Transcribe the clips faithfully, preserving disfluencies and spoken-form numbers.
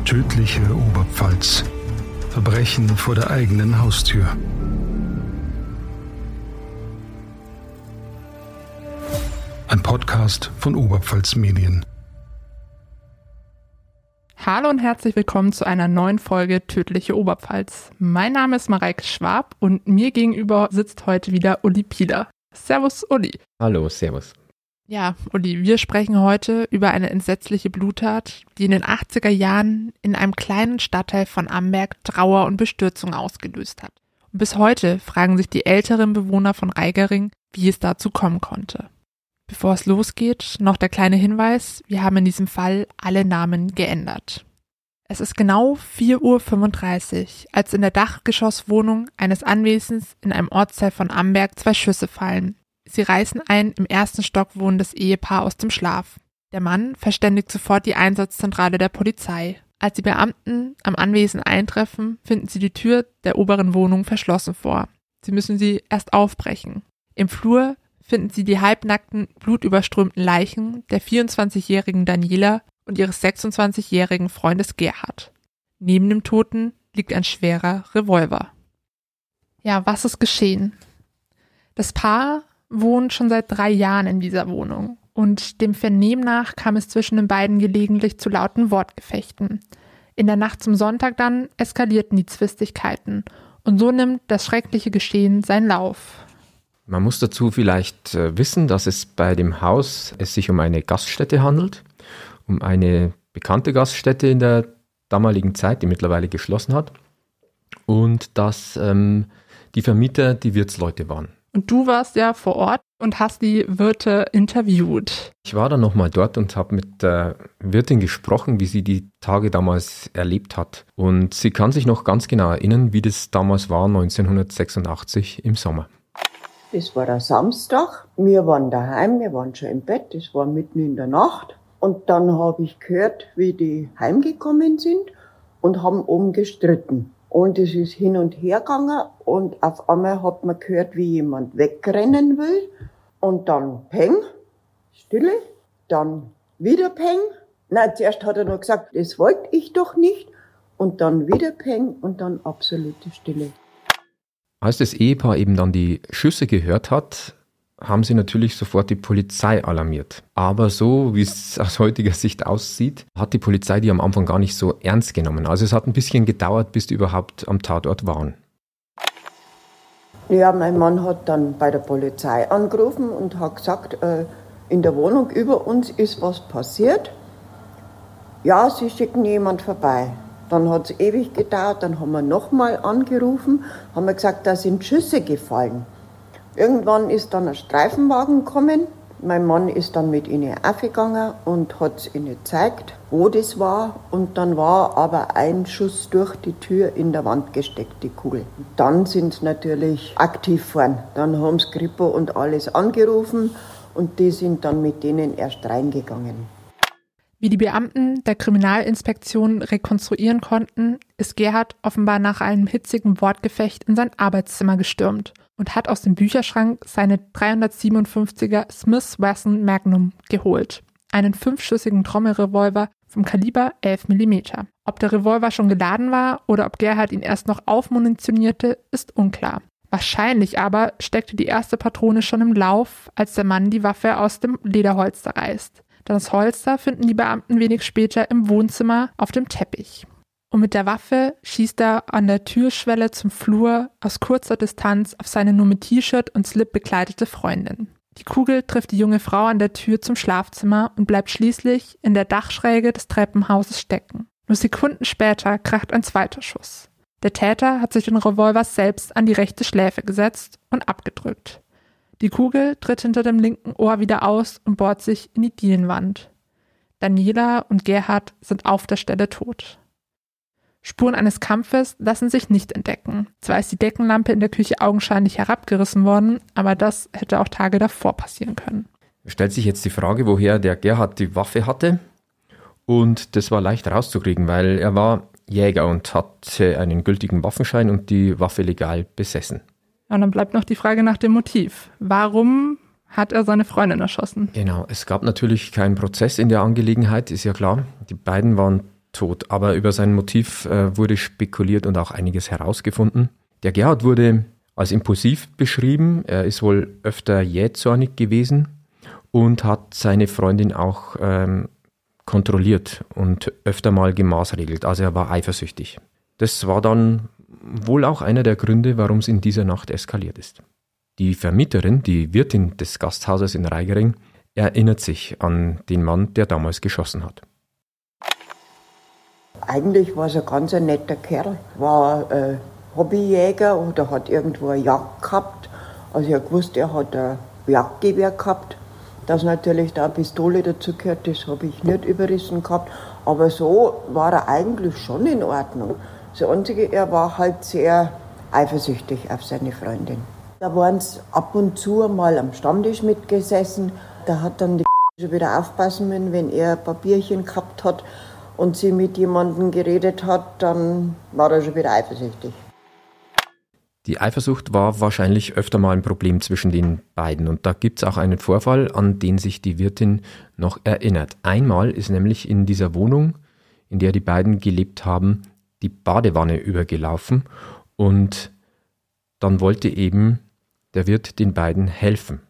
Tödliche Oberpfalz. Verbrechen vor der eigenen Haustür. Ein Podcast von Oberpfalz Medien. Hallo und herzlich willkommen zu einer neuen Folge Tödliche Oberpfalz. Mein Name ist Mareike Schwab und mir gegenüber sitzt heute wieder Uli Pieler. Servus, Uli. Hallo, servus. Ja, Uli, wir sprechen heute über eine entsetzliche Bluttat, die in den achtziger Jahren in einem kleinen Stadtteil von Amberg Trauer und Bestürzung ausgelöst hat. Und bis heute fragen sich die älteren Bewohner von Reigering, wie es dazu kommen konnte. Bevor es losgeht, noch der kleine Hinweis, wir haben in diesem Fall alle Namen geändert. Es ist genau vier Uhr fünfunddreißig, als in der Dachgeschosswohnung eines Anwesens in einem Ortsteil von Amberg zwei Schüsse fallen. Sie reißen ein im ersten Stock wohnendes Ehepaar aus dem Schlaf. Der Mann verständigt sofort die Einsatzzentrale der Polizei. Als die Beamten am Anwesen eintreffen, finden sie die Tür der oberen Wohnung verschlossen vor. Sie müssen sie erst aufbrechen. Im Flur finden sie die halbnackten, blutüberströmten Leichen der vierundzwanzigjährigen Daniela und ihres sechsundzwanzigjährigen Freundes Gerhard. Neben dem Toten liegt ein schwerer Revolver. Ja, was ist geschehen? Das Paar wohnt schon seit drei Jahren in dieser Wohnung und dem Vernehmen nach kam es zwischen den beiden gelegentlich zu lauten Wortgefechten. In der Nacht zum Sonntag dann eskalierten die Zwistigkeiten und so nimmt das schreckliche Geschehen seinen Lauf. Man muss dazu vielleicht äh, wissen, dass es bei dem Haus es sich um eine Gaststätte handelt, um eine bekannte Gaststätte in der damaligen Zeit, die mittlerweile geschlossen hat, und dass ähm, die Vermieter die Wirtsleute waren. Und du warst ja vor Ort und hast die Wirte interviewt. Ich war dann nochmal dort und habe mit der Wirtin gesprochen, wie sie die Tage damals erlebt hat. Und sie kann sich noch ganz genau erinnern, wie das damals war, neunzehnhundertsechsundachtzig im Sommer. Das war der Samstag. Wir waren daheim, wir waren schon im Bett, das war mitten in der Nacht. Und dann habe ich gehört, wie die heimgekommen sind und haben oben gestritten. Und es ist hin und her gegangen und auf einmal hat man gehört, wie jemand wegrennen will. Und dann Peng, Stille, dann wieder Peng. Nein, zuerst hat er noch gesagt, das wollte ich doch nicht. Und dann wieder Peng und dann absolute Stille. Als das Ehepaar eben dann die Schüsse gehört hat, haben sie natürlich sofort die Polizei alarmiert. Aber so, wie es aus heutiger Sicht aussieht, hat die Polizei die am Anfang gar nicht so ernst genommen. Also es hat ein bisschen gedauert, bis die überhaupt am Tatort waren. Ja, mein Mann hat dann bei der Polizei angerufen und hat gesagt, äh, in der Wohnung über uns ist was passiert. Ja, sie schicken jemand vorbei. Dann hat es ewig gedauert, dann haben wir nochmal angerufen, haben wir gesagt, da sind Schüsse gefallen. Irgendwann ist dann ein Streifenwagen gekommen. Mein Mann ist dann mit ihnen aufgegangen und hat es ihnen gezeigt, wo das war. Und dann war aber ein Schuss durch die Tür in der Wand gesteckt, die Kugel. Dann sind sie natürlich aktiv gefahren. Dann haben sie Kripo und alles angerufen und die sind dann mit denen erst reingegangen. Wie die Beamten der Kriminalinspektion rekonstruieren konnten, ist Gerhard offenbar nach einem hitzigen Wortgefecht in sein Arbeitszimmer gestürmt und hat aus dem Bücherschrank seine dreihundertsiebenundfünfziger Smith Wesson Magnum geholt, einen fünfschüssigen Trommelrevolver vom Kaliber elf Millimeter. Ob der Revolver schon geladen war oder ob Gerhard ihn erst noch aufmunitionierte, ist unklar. Wahrscheinlich aber steckte die erste Patrone schon im Lauf, als der Mann die Waffe aus dem Lederholster reißt. Das Holster finden die Beamten wenig später im Wohnzimmer auf dem Teppich. Und mit der Waffe schießt er an der Türschwelle zum Flur aus kurzer Distanz auf seine nur mit T-Shirt und Slip bekleidete Freundin. Die Kugel trifft die junge Frau an der Tür zum Schlafzimmer und bleibt schließlich in der Dachschräge des Treppenhauses stecken. Nur Sekunden später kracht ein zweiter Schuss. Der Täter hat sich den Revolver selbst an die rechte Schläfe gesetzt und abgedrückt. Die Kugel tritt hinter dem linken Ohr wieder aus und bohrt sich in die Dielenwand. Daniela und Gerhard sind auf der Stelle tot. Spuren eines Kampfes lassen sich nicht entdecken. Zwar ist die Deckenlampe in der Küche augenscheinlich herabgerissen worden, aber das hätte auch Tage davor passieren können. Es stellt sich jetzt die Frage, woher der Gerhard die Waffe hatte. Und das war leicht rauszukriegen, weil er war Jäger und hatte einen gültigen Waffenschein und die Waffe legal besessen. Und dann bleibt noch die Frage nach dem Motiv. Warum hat er seine Freundin erschossen? Genau, es gab natürlich keinen Prozess in der Angelegenheit, ist ja klar. Die beiden waren tot, aber über sein Motiv äh, wurde spekuliert und auch einiges herausgefunden. Der Gerhard wurde als impulsiv beschrieben, er ist wohl öfter jähzornig gewesen und hat seine Freundin auch ähm, kontrolliert und öfter mal gemaßregelt, also er war eifersüchtig. Das war dann wohl auch einer der Gründe, warum es in dieser Nacht eskaliert ist. Die Vermieterin, die Wirtin des Gasthauses in Reigering, erinnert sich an den Mann, der damals geschossen hat. Eigentlich war es ein ganz ein netter Kerl, war äh, Hobbyjäger oder hat irgendwo eine Jagd gehabt. Also ich habe gewusst, er hat ein Jagdgewehr gehabt. Dass natürlich da eine Pistole dazu gehört, das habe ich nicht überrissen gehabt. Aber so war er eigentlich schon in Ordnung. Das Einzige, er war halt sehr eifersüchtig auf seine Freundin. Da waren sie ab und zu mal am Stammtisch mitgesessen. Da hat dann die schon wieder aufpassen müssen, wenn er ein Papierchen gehabt hat und sie mit jemandem geredet hat, dann war er schon wieder eifersüchtig. Die Eifersucht war wahrscheinlich öfter mal ein Problem zwischen den beiden und da gibt es auch einen Vorfall, an den sich die Wirtin noch erinnert. Einmal ist nämlich in dieser Wohnung, in der die beiden gelebt haben, die Badewanne übergelaufen und dann wollte eben der Wirt den beiden helfen.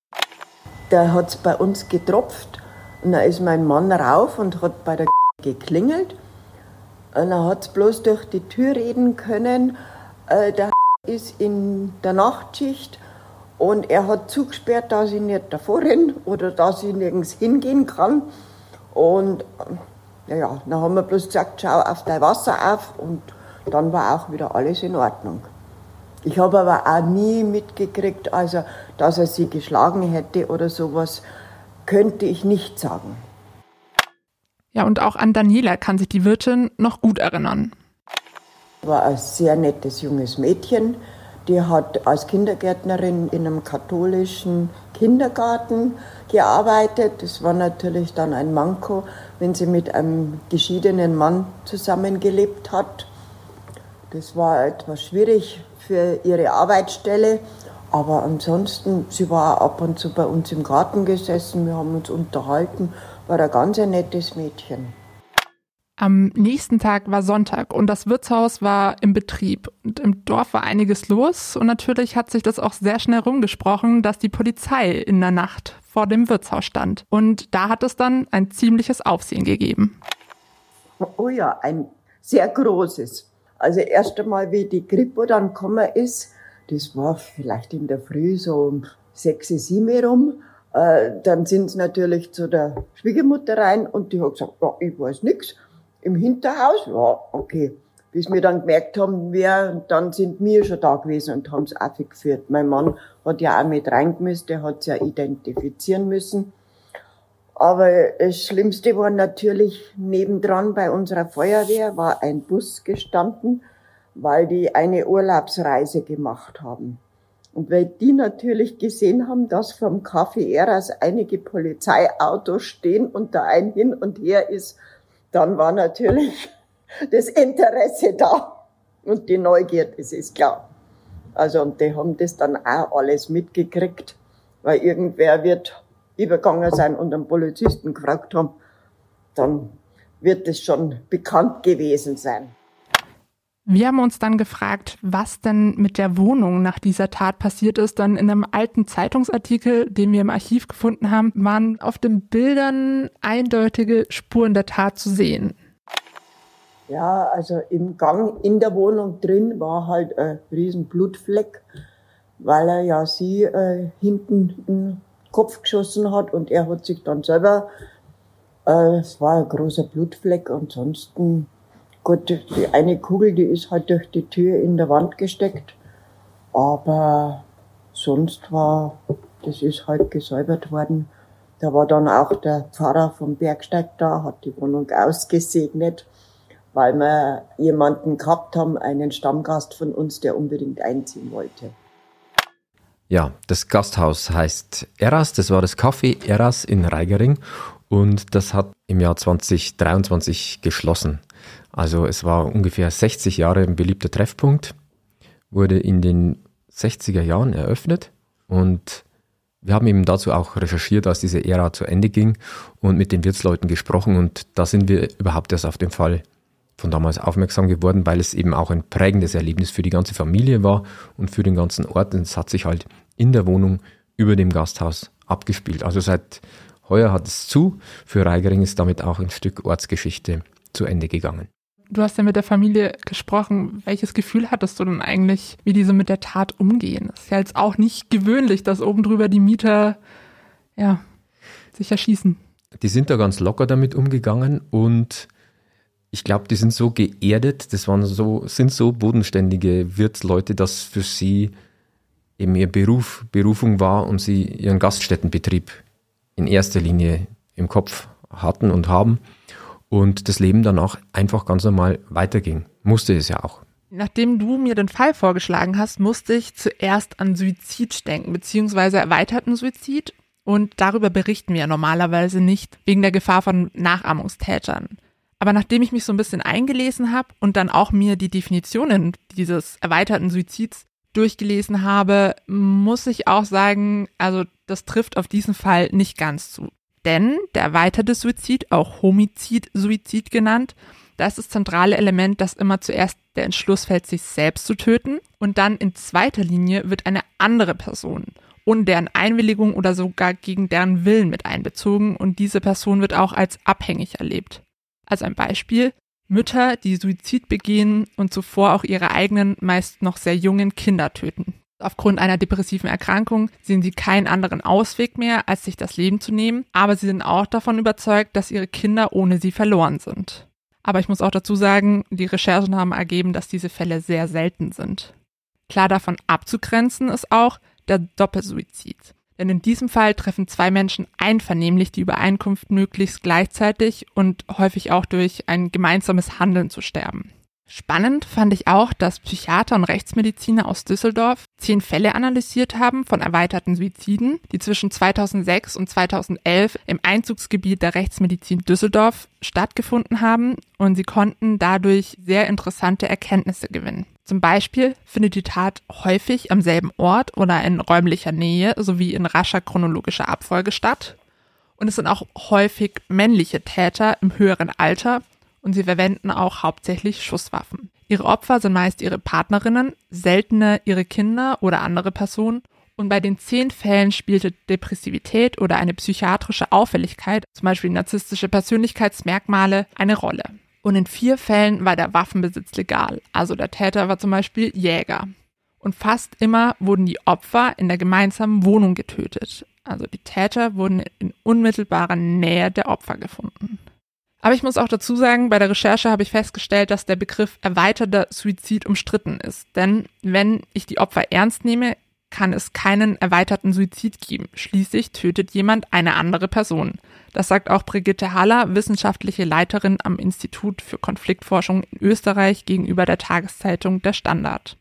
Da hat es bei uns getropft und da ist mein Mann rauf und hat bei der geklingelt. Und dann hat es bloß durch die Tür reden können. Äh, der ist in der Nachtschicht und er hat zugesperrt, dass ich nicht davor renne oder dass ich nirgends hingehen kann. Und ja, ja, dann haben wir bloß gesagt, schau auf dein Wasser auf und dann war auch wieder alles in Ordnung. Ich habe aber auch nie mitgekriegt, also, dass er sie geschlagen hätte oder sowas, könnte ich nicht sagen. Ja, und auch an Daniela kann sich die Wirtin noch gut erinnern. War ein sehr nettes junges Mädchen. Die hat als Kindergärtnerin in einem katholischen Kindergarten gearbeitet. Das war natürlich dann ein Manko, wenn sie mit einem geschiedenen Mann zusammengelebt hat. Das war etwas schwierig für ihre Arbeitsstelle. Aber ansonsten, sie war ab und zu bei uns im Garten gesessen, wir haben uns unterhalten, war ein ganz ein nettes Mädchen. Am nächsten Tag war Sonntag und das Wirtshaus war im Betrieb. Und im Dorf war einiges los und natürlich hat sich das auch sehr schnell rumgesprochen, dass die Polizei in der Nacht vor dem Wirtshaus stand. Und da hat es dann ein ziemliches Aufsehen gegeben. Oh ja, ein sehr großes. Also erst einmal, wie die Kripo dann gekommen ist, das war vielleicht in der Früh so um sechs, sieben rum. Äh, dann sind sie natürlich zu der Schwiegermutter rein und die hat gesagt, ja, ich weiß nichts. Im Hinterhaus, ja, okay. Bis wir dann gemerkt haben, wer, dann sind wir schon da gewesen und haben es aufgeführt. Mein Mann hat ja auch mit reingemusst, der hat es ja identifizieren müssen. Aber das Schlimmste war natürlich, nebendran bei unserer Feuerwehr war ein Bus gestanden, weil die eine Urlaubsreise gemacht haben. Und weil die natürlich gesehen haben, dass vom Café Eras einige Polizeiautos stehen und da ein hin und her ist, dann war natürlich das Interesse da und die Neugier, das ist klar. Also und die haben das dann auch alles mitgekriegt, weil irgendwer wird übergegangen sein und einen Polizisten gefragt haben, dann wird es schon bekannt gewesen sein. Wir haben uns dann gefragt, was denn mit der Wohnung nach dieser Tat passiert ist. Dann in einem alten Zeitungsartikel, den wir im Archiv gefunden haben, waren auf den Bildern eindeutige Spuren der Tat zu sehen. Ja, also im Gang in der Wohnung drin war halt ein riesen Blutfleck, weil er ja sie äh, hinten in den Kopf geschossen hat und er hat sich dann selber, äh, es war ein großer Blutfleck, ansonsten gut, die eine Kugel, die ist halt durch die Tür in der Wand gesteckt. Aber sonst war, das ist halt gesäubert worden. Da war dann auch der Pfarrer vom Bergsteig da, hat die Wohnung ausgesegnet, weil wir jemanden gehabt haben, einen Stammgast von uns, der unbedingt einziehen wollte. Ja, das Gasthaus heißt Eras, das war das Café Eras in Reigering und das hat im Jahr zwanzig dreiundzwanzig geschlossen. Also es war ungefähr sechzig Jahre ein beliebter Treffpunkt, wurde in den sechziger Jahren eröffnet und Wir haben eben dazu auch recherchiert, als diese Ära zu Ende ging und mit den Wirtsleuten gesprochen und da sind wir überhaupt erst auf den Fall von damals aufmerksam geworden, weil es eben auch ein prägendes Erlebnis für die ganze Familie war und für den ganzen Ort. Und es hat sich halt in der Wohnung über dem Gasthaus abgespielt. Also seit heuer hat es zu. Für Reigering ist damit auch ein Stück Ortsgeschichte zu Ende gegangen. Du hast ja mit der Familie gesprochen. Welches Gefühl hattest du denn eigentlich, wie diese mit der Tat umgehen? Das ist ja jetzt auch nicht gewöhnlich, dass oben drüber die Mieter ja, sich erschießen. Die sind da ganz locker damit umgegangen und ich glaube, die sind so geerdet, das waren so, sind so bodenständige Wirtsleute, dass für sie eben ihr Beruf, Berufung war und sie ihren Gaststättenbetrieb in erster Linie im Kopf hatten und haben und das Leben danach einfach ganz normal weiterging. Musste es ja auch. Nachdem du mir den Fall vorgeschlagen hast, musste ich zuerst an Suizid denken, beziehungsweise erweiterten Suizid. Und darüber berichten wir normalerweise nicht, wegen der Gefahr von Nachahmungstätern. Aber nachdem ich mich so ein bisschen eingelesen habe und dann auch mir die Definitionen dieses erweiterten Suizids durchgelesen habe, muss ich auch sagen, also das trifft auf diesen Fall nicht ganz zu. Denn der erweiterte Suizid, auch Homizid-Suizid genannt, da ist das zentrale Element, dass immer zuerst der Entschluss fällt, sich selbst zu töten und dann in zweiter Linie wird eine andere Person ohne deren Einwilligung oder sogar gegen deren Willen mit einbezogen und diese Person wird auch als abhängig erlebt. Als ein Beispiel, Mütter, die Suizid begehen und zuvor auch ihre eigenen, meist noch sehr jungen Kinder töten. Aufgrund einer depressiven Erkrankung sehen sie keinen anderen Ausweg mehr, als sich das Leben zu nehmen, aber sie sind auch davon überzeugt, dass ihre Kinder ohne sie verloren sind. Aber ich muss auch dazu sagen, die Recherchen haben ergeben, dass diese Fälle sehr selten sind. Klar davon abzugrenzen ist auch der Doppelsuizid. Denn in diesem Fall treffen zwei Menschen einvernehmlich die Übereinkunft, möglichst gleichzeitig und häufig auch durch ein gemeinsames Handeln zu sterben. Spannend fand ich auch, dass Psychiater und Rechtsmediziner aus Düsseldorf zehn Fälle analysiert haben von erweiterten Suiziden, die zwischen zweitausendsechs und zweitausendelf im Einzugsgebiet der Rechtsmedizin Düsseldorf stattgefunden haben und sie konnten dadurch sehr interessante Erkenntnisse gewinnen. Zum Beispiel findet die Tat häufig am selben Ort oder in räumlicher Nähe sowie in rascher chronologischer Abfolge statt. Und es sind auch häufig männliche Täter im höheren Alter und sie verwenden auch hauptsächlich Schusswaffen. Ihre Opfer sind meist ihre Partnerinnen, seltener ihre Kinder oder andere Personen. Und bei den zehn Fällen spielte Depressivität oder eine psychiatrische Auffälligkeit, zum Beispiel narzisstische Persönlichkeitsmerkmale, eine Rolle. Und in vier Fällen war der Waffenbesitz legal, also der Täter war zum Beispiel Jäger. Und fast immer wurden die Opfer in der gemeinsamen Wohnung getötet. Also die Täter wurden in unmittelbarer Nähe der Opfer gefunden. Aber ich muss auch dazu sagen, bei der Recherche habe ich festgestellt, dass der Begriff erweiterter Suizid umstritten ist. Denn wenn ich die Opfer ernst nehme, kann es keinen erweiterten Suizid geben. Schließlich tötet jemand eine andere Person. Das sagt auch Brigitte Haller, wissenschaftliche Leiterin am Institut für Konfliktforschung in Österreich gegenüber der Tageszeitung Der Standard.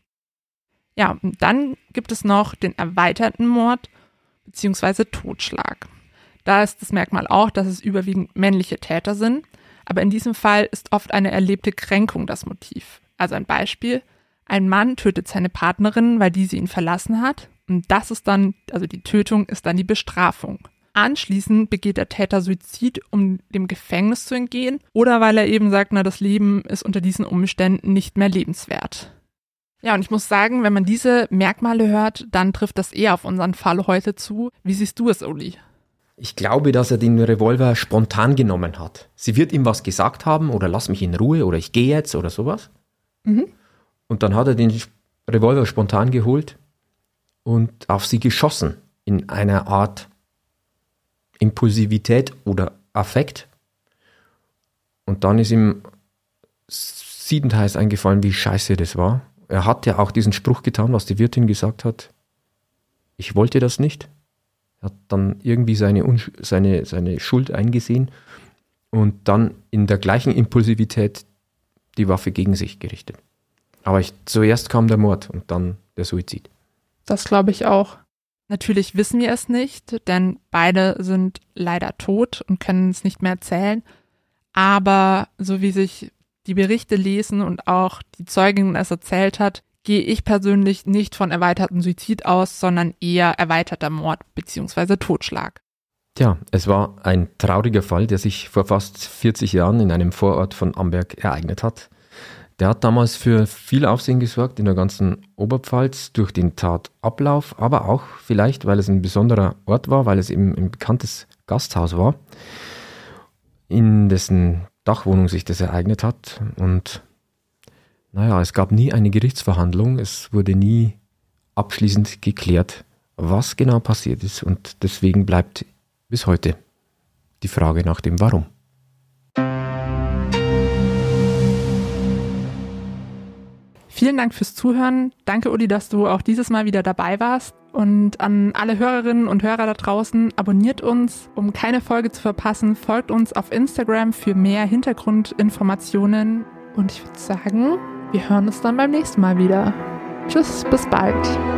Ja, und dann gibt es noch den erweiterten Mord bzw. Totschlag. Da ist das Merkmal auch, dass es überwiegend männliche Täter sind, aber in diesem Fall ist oft eine erlebte Kränkung das Motiv. Also ein Beispiel: Ein Mann tötet seine Partnerin, weil diese ihn verlassen hat und das ist dann, also die Tötung ist dann die Bestrafung. Anschließend begeht der Täter Suizid, um dem Gefängnis zu entgehen oder weil er eben sagt, na, das Leben ist unter diesen Umständen nicht mehr lebenswert. Ja, und ich muss sagen, wenn man diese Merkmale hört, dann trifft das eher auf unseren Fall heute zu. Wie siehst du es, Uli? Ich glaube, dass er den Revolver spontan genommen hat. Sie wird ihm was gesagt haben oder lass mich in Ruhe oder ich gehe jetzt oder sowas. Mhm. Und dann hat er den Revolver spontan geholt und auf sie geschossen in einer Art Impulsivität oder Affekt. Und dann ist ihm siedend heiß eingefallen, wie scheiße das war. Er hat ja auch diesen Spruch getan, was die Wirtin gesagt hat. Ich wollte das nicht. Er hat dann irgendwie seine, Unsch- seine, seine Schuld eingesehen und dann in der gleichen Impulsivität die Waffe gegen sich gerichtet. Aber ich, zuerst kam der Mord und dann der Suizid. Das glaube ich auch. Natürlich wissen wir es nicht, denn beide sind leider tot und können es nicht mehr erzählen. Aber so wie sich die Berichte lesen und auch die Zeugin es erzählt hat, gehe ich persönlich nicht von erweitertem Suizid aus, sondern eher erweiterter Mord bzw. Totschlag. Tja, es war ein trauriger Fall, der sich vor fast vierzig Jahren in einem Vorort von Amberg ereignet hat. Der hat damals für viel Aufsehen gesorgt in der ganzen Oberpfalz durch den Tatablauf, aber auch vielleicht, weil es ein besonderer Ort war, weil es eben ein bekanntes Gasthaus war, in dessen Dachwohnung sich das ereignet hat. Und naja, es gab nie eine Gerichtsverhandlung, es wurde nie abschließend geklärt, was genau passiert ist. Und deswegen bleibt bis heute die Frage nach dem Warum. Vielen Dank fürs Zuhören. Danke, Uli, dass du auch dieses Mal wieder dabei warst. Und an alle Hörerinnen und Hörer da draußen, abonniert uns, um keine Folge zu verpassen. Folgt uns auf Instagram für mehr Hintergrundinformationen. Und ich würde sagen, wir hören uns dann beim nächsten Mal wieder. Tschüss, bis bald.